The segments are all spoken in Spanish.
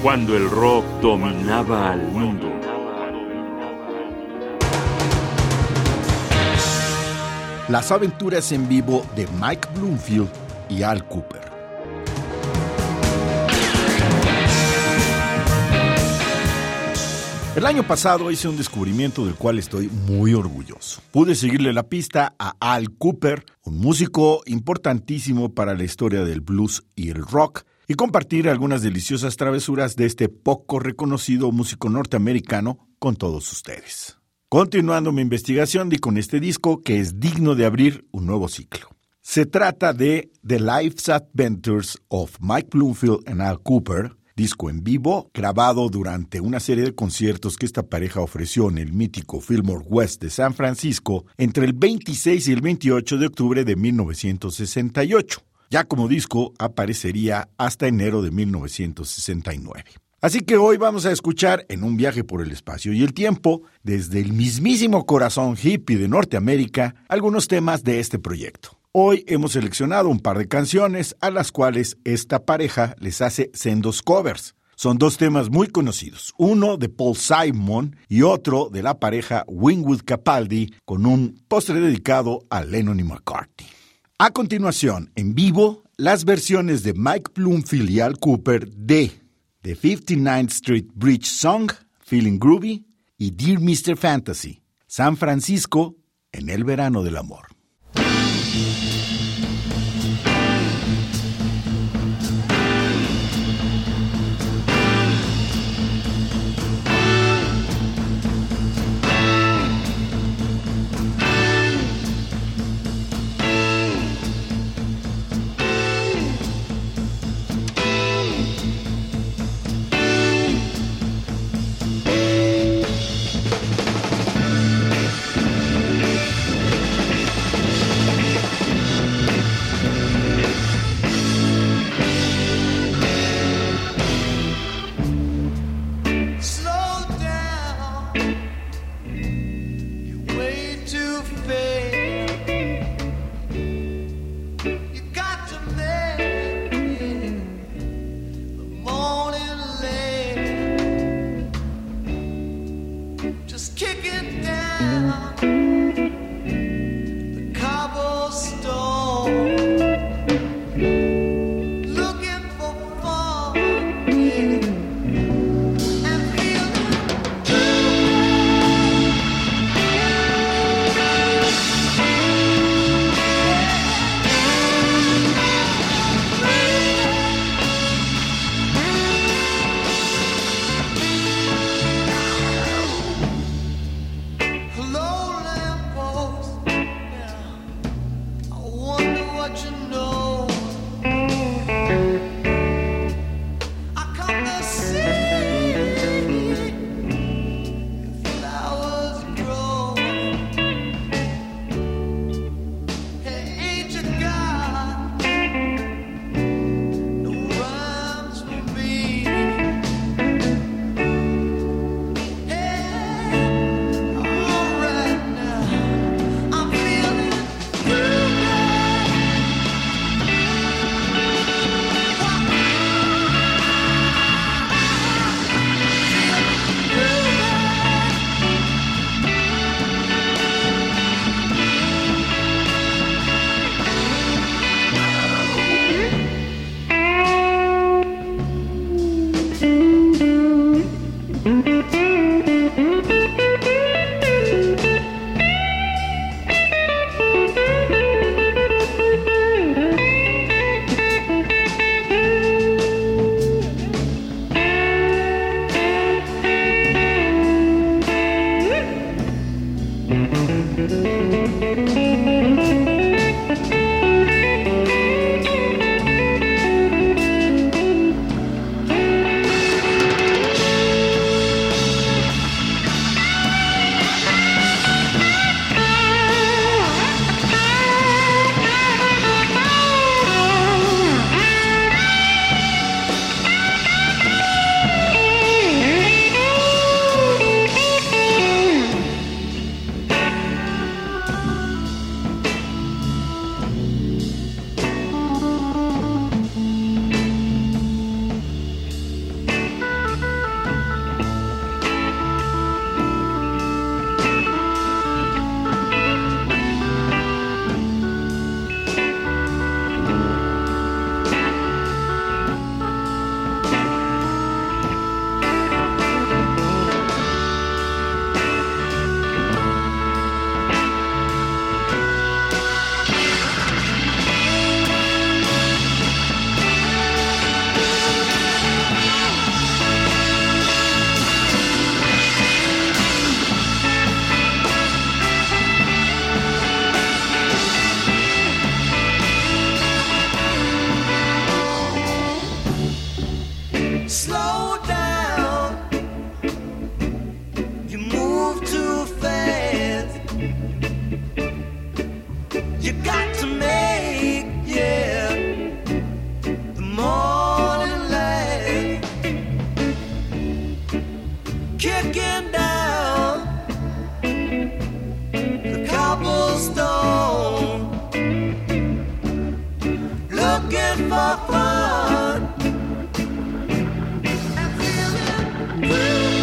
cuando el rock dominaba al mundo. Las aventuras en vivo de Mike Bloomfield y Al Kooper. El año pasado hice un descubrimiento del cual estoy muy orgulloso. Pude seguirle la pista a Al Kooper, un músico importantísimo para la historia del blues y el rock, y compartir algunas deliciosas travesuras de este poco reconocido músico norteamericano con todos ustedes. Continuando mi investigación, di con este disco que es digno de abrir un nuevo ciclo. Se trata de The Life's Adventures of Mike Bloomfield and Al Kooper, disco en vivo grabado durante una serie de conciertos que esta pareja ofreció en el mítico Fillmore West de San Francisco entre el 26 y el 28 de octubre de 1968. Ya como disco aparecería hasta enero de 1969. Así que hoy vamos a escuchar en un viaje por el espacio y el tiempo, desde el mismísimo corazón hippie de Norteamérica, algunos temas de este proyecto. Hoy hemos seleccionado un par de canciones a las cuales esta pareja les hace sendos covers. Son dos temas muy conocidos, uno de Paul Simon y otro de la pareja Winwood Capaldi, con un postre dedicado a Lennon y McCartney. A continuación, en vivo, las versiones de Mike Bloomfield y Al Kooper de The 59th Street Bridge Song, Feeling Groovy, y Dear Mr. Fantasy, San Francisco en el verano del amor. for fun. And feeling blue.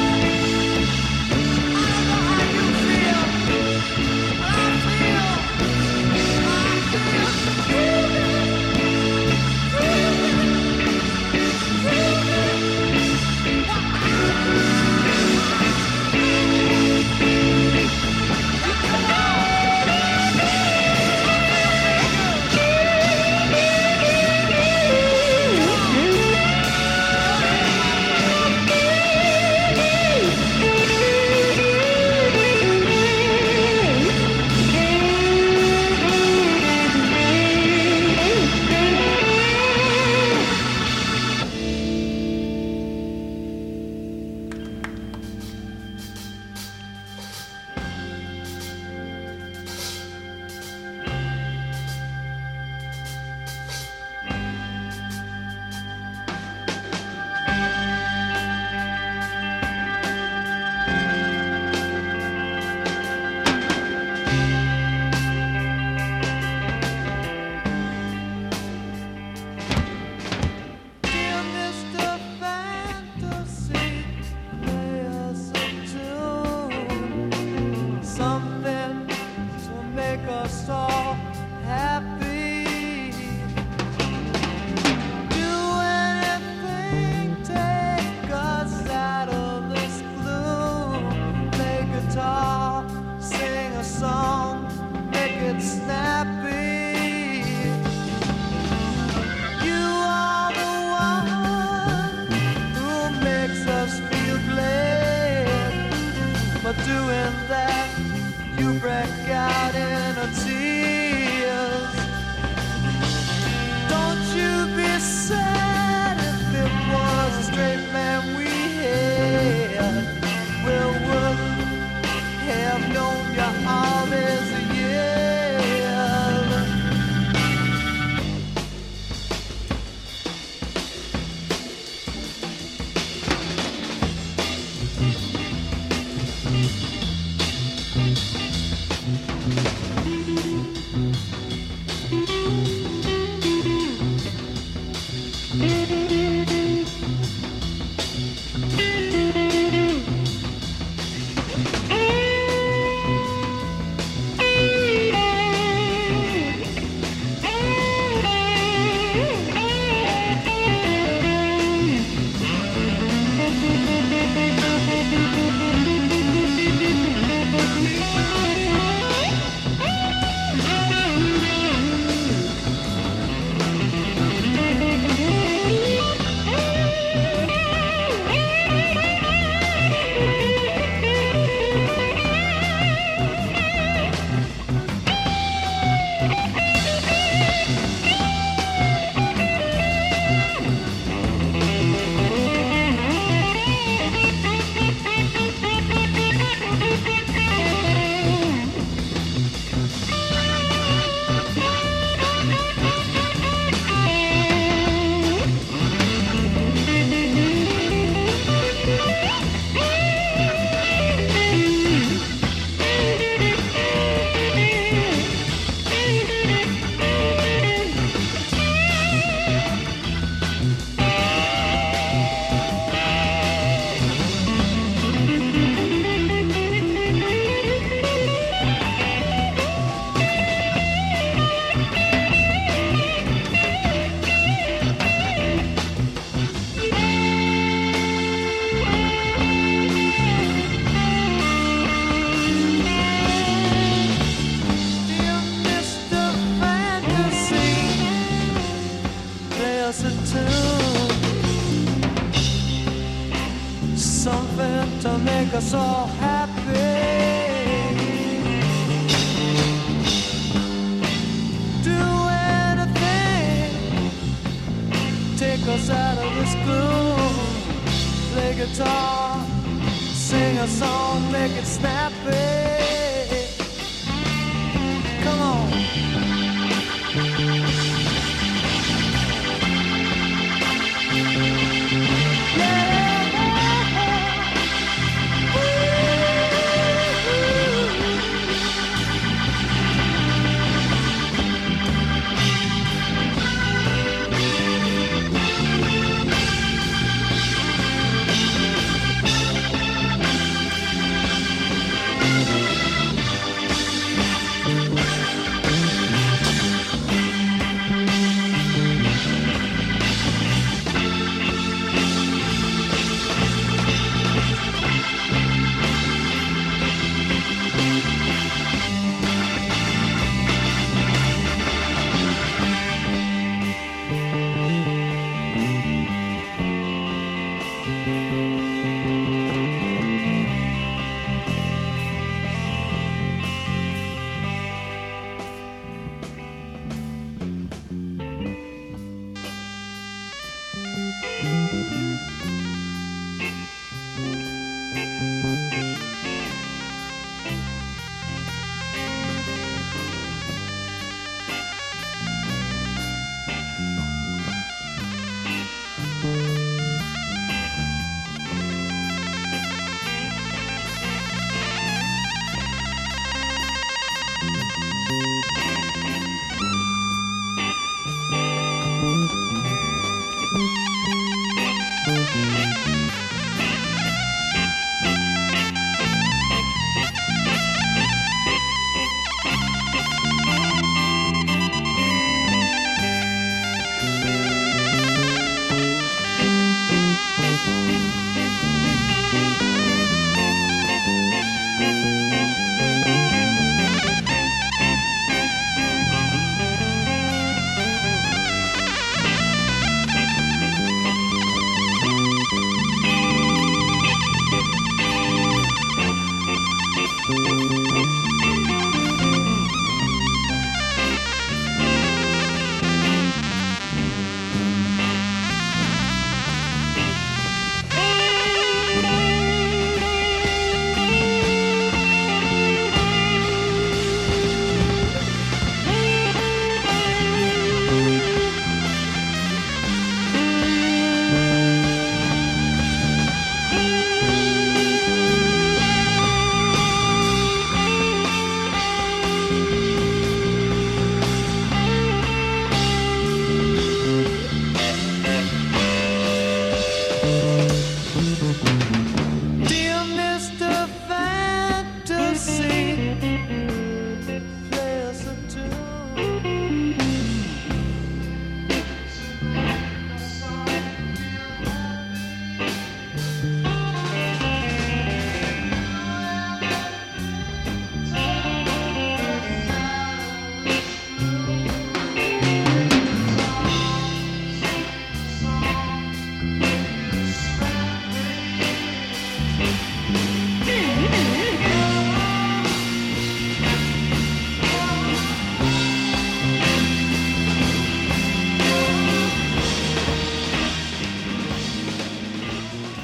Doing that, you break out into tears. Don't you be sad if it was a straight man we had. We wouldn't have known you all these years. Something to make us all happy. Do anything, take us out of this gloom. Play guitar, sing a song, make it snappy. Come on.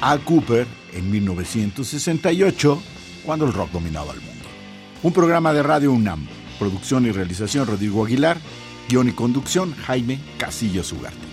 Al Kooper en 1968, cuando el rock dominaba el mundo. Un programa de Radio UNAM. Producción y realización Rodrigo Aguilar. Guión y conducción Jaime Casillas Ugarte.